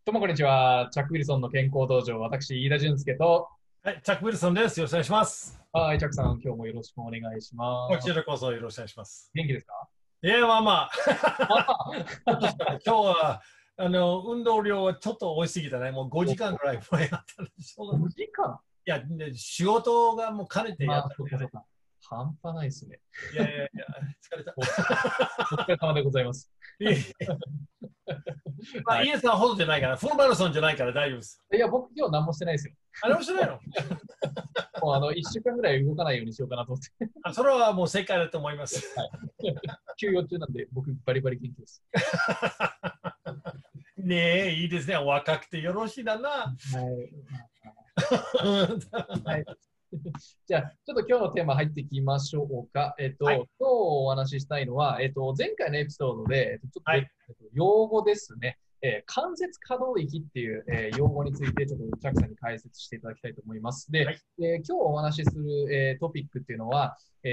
どうもこんにちは。チャック・ウィルソンの健康道場、私、飯田俊介と、 はい、チャック・ウィルソンです。よろしくお願いします。 はい、チャックさん、今日もよろしくお願いします。 こちらこそよろしくお願いします。 元気ですか？ いや、まあまああ。ちょっとした今日は、運動量はちょっと多いすぎたね。もう5時間ぐらい前やったんでしょうがない。 5時間。 いや、ね、仕事がもう兼ねてやまあ、 ったんでね。 そうかそうか。半端ないですね。 いやいやいや、疲れた。 お疲れ様でございます。 いえいえまあ、 はい。 イエさんほどじゃないから、フルマラソンじゃないから大丈夫です。 いや、僕、今日何もしてないですよ。 あれもしないの？ もう、1週間ぐらい動かないようにしようかなと思って。 それはもう正解だと思います。 はい。休養中なんで、僕、バリバリ元気です。 ねえ、いいですね。若くてよろしいだな。 はい。はい。じゃあ、ちょっと今日のテーマ入っていきましょうか。 はい。 今日お話ししたいのは、前回のエピソードで、ちょっとはい。 用語ですね。関節可動域っていう、用語について、ちょっとチャックさんに解説していただきたいと思います。で、 はい。 今日お話しする、トピックっていうのは、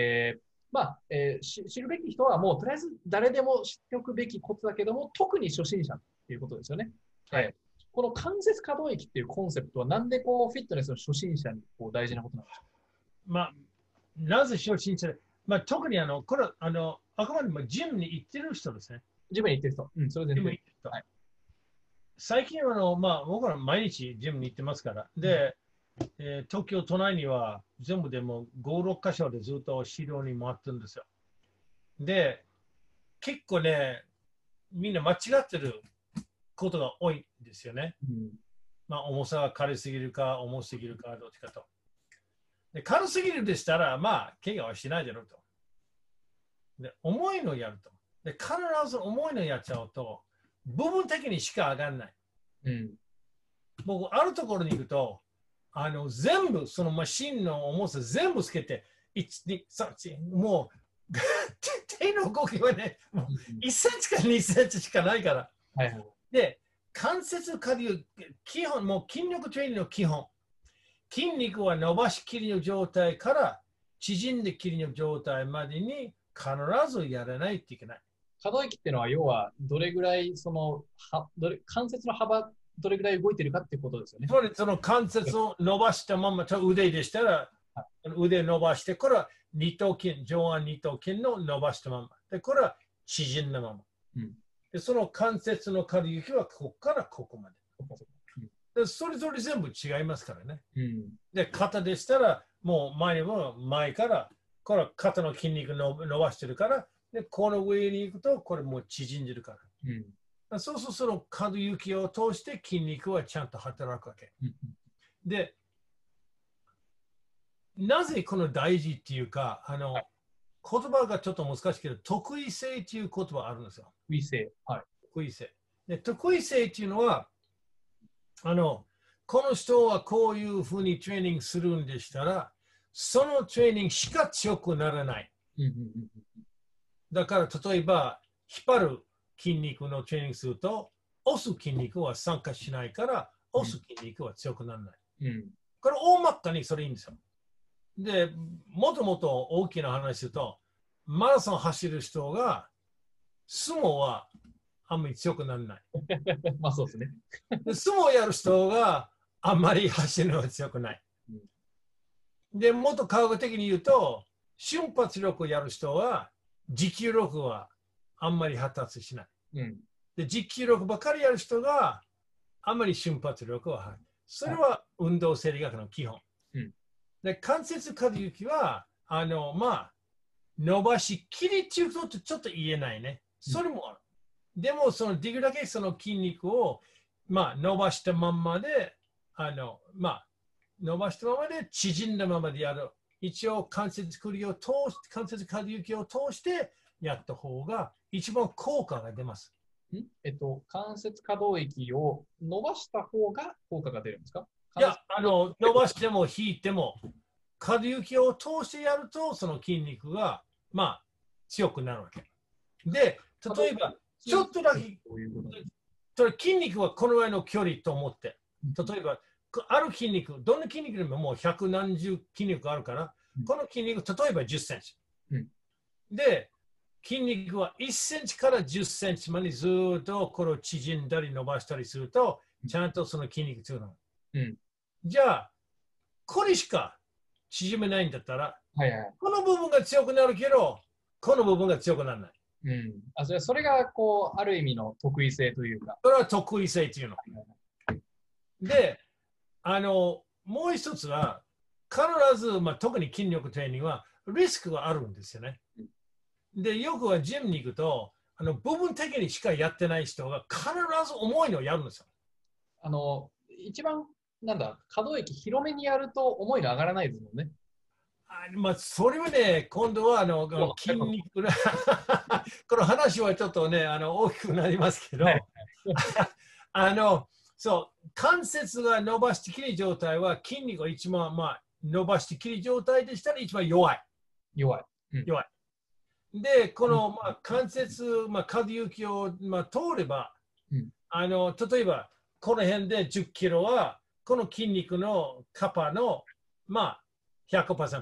知るべき人はもうとりあえず誰でも知っておくべきことだけども、特に初心者っていうことですよね。 はい。 この関節可動域っていうコンセプトは、なんでこうフィットネスの初心者にこう大事なことなんですか？ まあ、なぜ初心者で、まあ、特にこれあくまでもジムに行ってる人ですね。 ジムに行ってる人。うん、それ前提。 ジムに行ってる人。 はい。 最近はまあ、僕ら毎日ジムに行ってますから。 うん。 で、東京都内には全部でも5、6箇所でずっと指導に回ってるんですよ。で、結構ね、みんな間違ってることが多いんですよね。 うん。 まあ、重さが軽すぎるか、重すぎるか、どっちかと。で、軽すぎるでしたら、まあ、怪我はしないだろうと。で、重いのやると。で、必ず重いのやっちゃうと、部分的にしか上がらない。 うん。 僕、あるところに行くと、全部、そのマシンの重さ全部つけて、1、2、3、もう、手の動きはね、もう1センチか2センチしかないから。 はいはい。 で、関節可動域、基本、もう筋力トレーニングの基本。筋肉は伸ばしきりの状態から縮んできりの状態までに必ずやらないといけない。 可動域っていうのは、要は、どれぐらい、関節の幅、どれぐらい動いてるかっていうことですよね。 つまりその関節を伸ばしたまま、腕でしたら、腕伸ばして、これは二頭筋、上腕二頭筋の伸ばしたまま。で、これは縮んだまま。 うん。 で、その関節の可動域はここからここまで。 そっかそっか。 で、それぞれ全部違いますからね。 うん。 で、肩でしたら、もう前にも前から、これは肩の筋肉伸ばしてるから、で、この上に行くと、これもう縮んでるから。 うん。 そうすると、その可動域を通して筋肉はちゃんと働くわけ。 うん。 で、なぜこの大事っていうか、 はい。 言葉がちょっと難しいけど、得意性っていう言葉あるんですよ。 微生。はい。 得意性。で、得意性っていうのは、この人はこういうふうにトレーニングするんでしたら、そのトレーニングしか強くならない。 うん。うん。 だから、例えば、引っ張る筋肉のトレーニングすると、押す筋肉は参加しないから、押す筋肉は強くならない。 うん。うん。 これ、大まかにそれいいんですよ。で、もともと大きな話すると、マラソン走る人が、相撲はあんまり強くならない。 まあそうですね。 で、相撲やる人があんまり走るのは強くない。で、もっと科学的に言うと、瞬発力をやる人は、持久力はあんまり発達しない。 うん。 で、持久力ばかりやる人があんまり瞬発力はない。それは運動生理学の基本。 うん。 で、関節可動域は、まあ、伸ばしきりっていうことちょっと言えないね。それもある。でも、できるだけその筋肉を、まあ、伸ばしたまんまで、まあ、伸ばしたままで縮んだままでやる。一応関節可動域を通して、関節可動域を通してやった方が一番効果が出ます。 関節可動域を伸ばした方が効果が出るんですか？ いや、 可動域伸ばしても引いても、可動域を通してやると、その筋肉が、まあ、強くなるわけ。で、例えば、ちょっとだけ、 どういうことなんですそれ筋肉はこのぐらいの距離と思って、 か？ 例えば、ある筋肉、どんな筋肉でももう百何十筋肉あるから、 うん。 この筋肉、例えば10センチ。 うん。 で、 筋肉は1センチから10センチまでずっとこれを縮んだり伸ばしたりすると、ちゃんとその筋肉強くなる。 うん。 じゃあ、これしか縮めないんだったら、 はいはい。 この部分が強くなるけど、この部分が強くならない。 うん。それが、こう、ある意味の得意性というか。 それは得意性っていうの。で、もう一つは、必ず、特に筋力トレーニングはリスクがあるんですよね。で、よくはジムに行くと、部分的にしかやってない人が必ず重いのをやるんですよ。 一番、可動域広めにやると重いの上がらないですもんね。 それはね、今度は筋肉のこの話はちょっとね、大きくなりますけど、そう、関節が伸ばしてきり状態は筋肉が一番、伸ばしてきり状態でしたら一番弱い。 弱い。 弱い。で、この、関節、可動域を、通れば、例えば、この辺で10キロは、この筋肉のカパの、100%。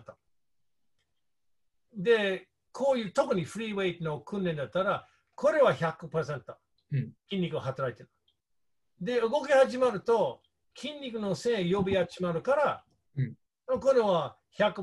で、こういう特にフリーウェイトの訓練だったら、これは 100%、筋肉が働いてる。で、動き始まると、筋肉の線呼び集まるから、これは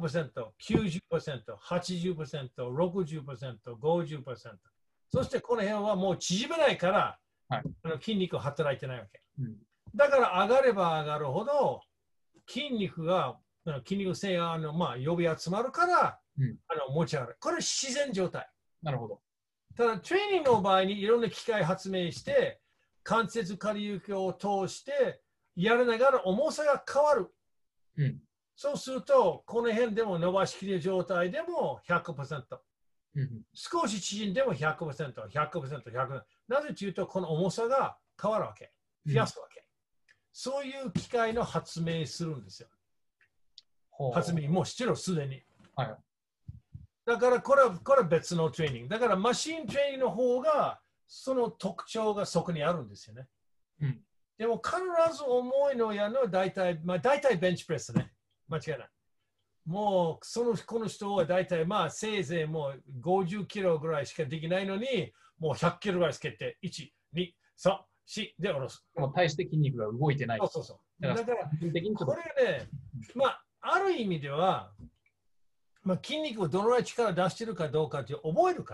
100%、90%、80%、60%、50%。そしてこの辺はもう縮めないから、筋肉が働いてないわけ。だから上がれば上がるほど、筋肉線が呼び集まるから、持ち上がる。これ自然状態。 なるほど。 ただ、トレーニングの場合にいろんな機械発明して、関節可動域を通してやりながら重さが変わる。そうすると、この辺でも伸ばしきり状態でも 100%。少し縮んでも 100%、100%、100%。なぜというと、この重さが変わるわけ。増やすわけ。そういう機械の発明するんですよ。発明もうしてるすでに。だからこれは別のトレーニング。だからマシントレーニングの方がその特徴がそこにあるんですよね。でも必ず重いのをやるのは大体ベンチプレスね。間違いない。もうこの人は大体せいぜいもう50キロぐらいしかできないのに、もう100キロぐらいつけて、1、2、3、4で下ろす。 でも大して筋肉が動いてない。 だからこれね、ある意味では、筋肉をどのぐらい力を出しているかどうかって覚えるから、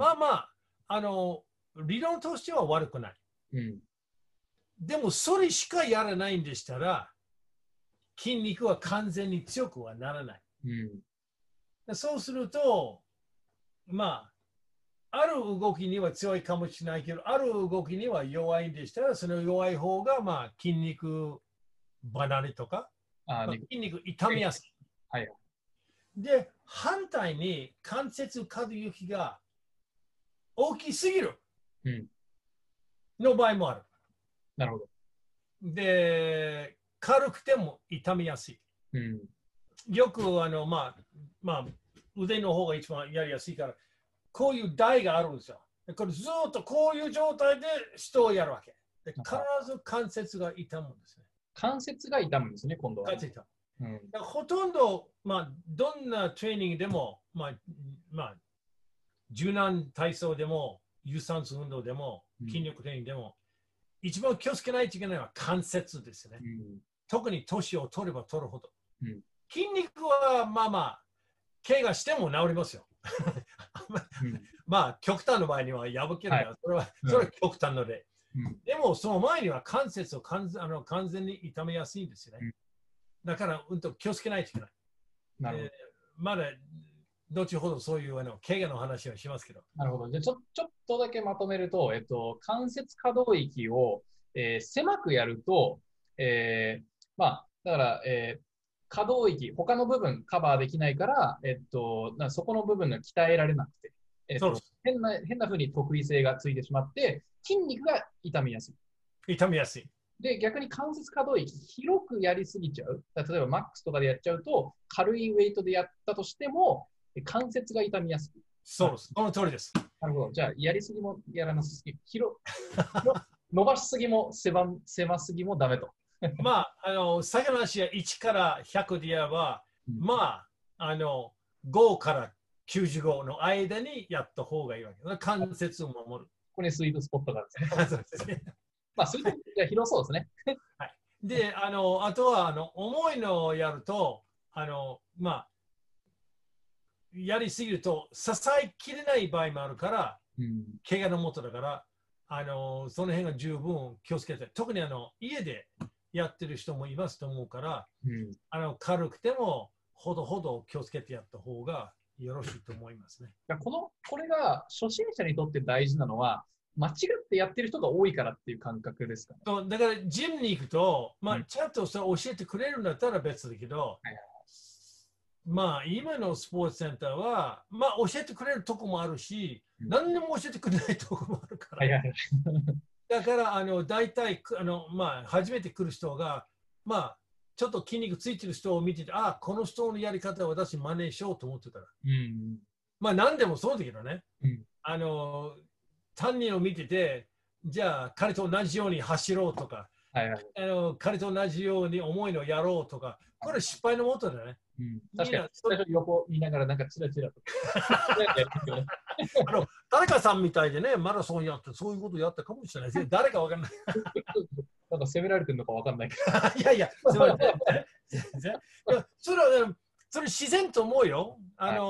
理論としては悪くない。でも、それしかやらないんでしたら、筋肉は完全に強くはならない。そうすると、ある動きには強いかもしれないけど、ある動きには弱いんでしたら、その弱い方が筋肉離れとか、筋肉痛みやすい。で、反対に関節可動域が大きすぎるの場合もある。 なるほど。 で、軽くても痛みやすい。よく腕の方が一番やりやすいから、こういう台があるんですよ。これずっとこういう状態で人をやるわけ。で必ず関節が痛むんですね。 関節が痛むんですね、今度は。 ほとんど、どんなトレーニングでも、柔軟体操でも、有酸素運動でも、筋力トレーニングでも、一番気をつけないといけないのは関節ですね。特に年を取れば取るほど。筋肉は怪我しても治りますよ。極端の場合には破けるから、それは極端ので。でも、その前には関節を完全に痛めやすいんですよね。だから、気をつけないといけない。まだ、後ほどそういう怪我の話をしますけど。 なるほど。じゃあちょっとだけまとめると、関節可動域を、狭くやると、だから、可動域、他の部分カバーできないから、そこの部分が鍛えられなくて、変な風に特異性がついてしまって、筋肉が痛みやすい。 痛みやすい。 で、逆に関節可動域、広くやりすぎちゃう。例えば、マックスとかでやっちゃうと、軽いウェイトでやったとしても、関節が痛みやすく。 そうです。その通りです。 なるほど。じゃあ、やりすぎもやらなすぎ、伸ばしすぎも狭すぎもダメと。 下げの足は1から100でやれば、5から 95の間にやった方がいいわけだ。関節を守る。 ここにスイートスポットがあるんですね。まあ、スイートスポットが広そうですね。 はい、で、あとは重いのをやると、まあ、やりすぎると支えきれない場合もあるから、怪我のもとだから、その辺が十分気をつけて、特に家でやってる人もいますと思うから、軽くてもほどほど気をつけてやった方がよろしいと思いますね。 これが初心者にとって大事なのは、間違ってやってる人が多いからっていう感覚ですか、ね、 だからジムに行くと、まあ、ちゃんとそれ教えてくれるんだったら別だけど、まあ今のスポーツセンターは、まあ教えてくれるとこもあるし、何でも教えてくれないとこもあるから。だから大体まあ、初めて来る人が、まあ、ちょっと筋肉ついてる人を見てて、あ、この人のやり方を私真似しようと思ってたら。まあ何でもそうだけどね。単人を見てて、じゃあ彼と同じように走ろうとか、彼と同じように重いのをやろうとか、これ失敗のもとだね。 確かに、最初横見ながらなんかチラチラと。 誰かさんみたいでね、マラソンやって、そういうことやったかもしれないです。誰かわかんない。 なんか責められてるのかわかんないけど。いやいや、それ自然と思うよ。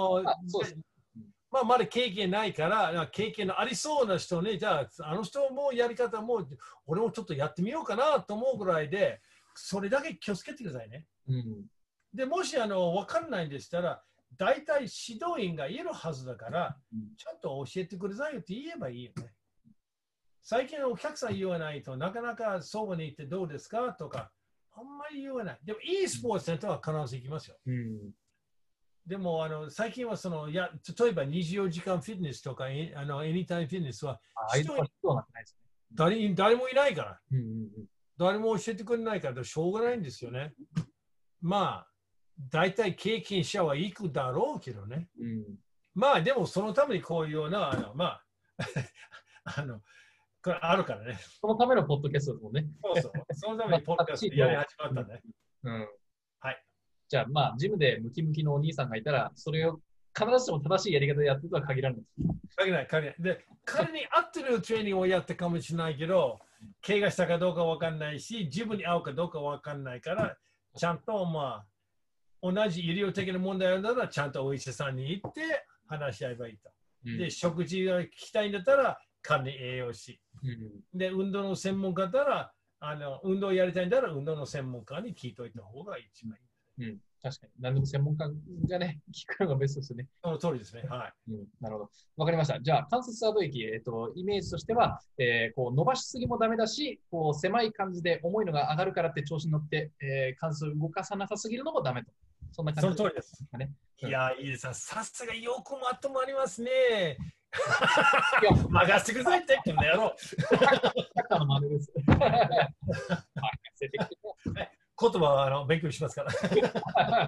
まあ、まだ経験ないから、経験のありそうな人ね、じゃあ、あの人もやり方も、俺もちょっとやってみようかなと思うぐらいで、それだけ気をつけてくださいね。でもし分かんないんでしたら、大体指導員がいるはずだから、ちゃんと教えてくださいよって言えばいいよね。最近お客さん言わないとなかなかそばに行ってどうですかとか、あんまり言わない。でもいいスポーツセンターは必ず行きますよ。でも最近は例えば24時間フィットネスとかエニタイムフィットネスは誰もいないから。誰も教えてくれないからしょうがないんですよね。まあ、大体経験者は行くだろうけどね。まあ、でもそのためにこういうような、まあ、これあるからね。 そのためのポッドキャストですもんね。 そのためにポッドキャストやり始まったね。 はい。じゃあ、まあ、ジムでムキムキのお兄さんがいたら、それを必ずしも正しいやり方でやってるとは限らない。 限らない。で、彼に合ってるトレーニングをやったかもしれないけど、怪我したかどうかわかんないし、自分に合うかどうかわかんないから、ちゃんとまあ、同じ医療的な問題なら、ちゃんとお医者さんに行って話し合えばいいと。で、食事が聞きたいんだったら、管理栄養士。で、運動の専門家だったら、運動やりたいんだったら、運動の専門家に聞いといた方が一番いい。 確かに。何でも専門家がね、聞くのがベストですね。 その通りですね。はい。 なるほど。わかりました。じゃあ、関節可動域、イメージとしては、こう伸ばしすぎもダメだし、こう狭い感じで重いのが上がるからって調子に乗って、関節を動かさなさすぎるのもダメと。そんな感じその通りです。いや、いいです。さすがよくまとまりますね。任せてくださいって、この野郎。 の真似です。 言葉は勉強しますから。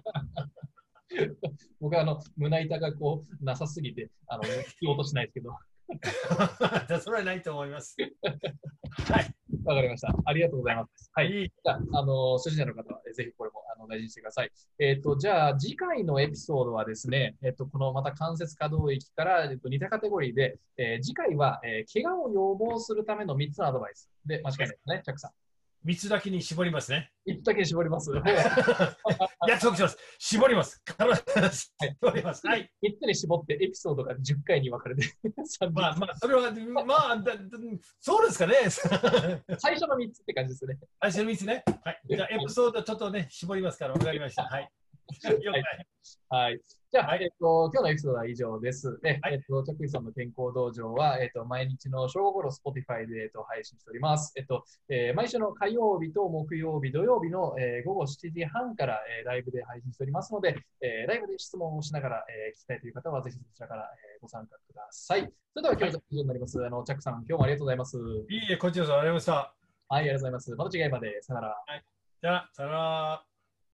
僕は胸板がこうなさすぎて引き落としないですけど。 それはないと思います。 はい。わかりました。ありがとうございます。はい。じゃあ、初心者の方はぜひこれも大事にしてください。じゃあ、次回のエピソードはですね、このまた関節可動域から、似たカテゴリーで、次回は、怪我を予防するための3つのアドバイスで間違いないですね、チャックさん。 3つだけに絞りますね。 3つだけに絞ります。 約束します。絞ります。絞ります。はい。 3つに絞ってエピソードが10回に分かれて。 まあ、それは、まあ、そうですかね。 最初の3つって感じですね。 最初の3つね。はい。じゃあ、エピソードちょっとね、絞りますから、分かりました。はい。 はい。じゃあ、今日のエピソードは以上です。チャックイさんの健康道場は、毎日の正午頃、Spotify で、配信しております。毎週の火曜日と木曜日、土曜日の、午後7時半から、ライブで配信しておりますので、ライブで質問をしながら、聞きたいという方は、ぜひそちらから、ご参加ください。それでは今日は以上になります。チャックさん、今日もありがとうございます。 いいえ、こちらこそありがとうございました。 はい、ありがとうございます。また次回まで。さよなら。 はい。じゃあ、さよなら。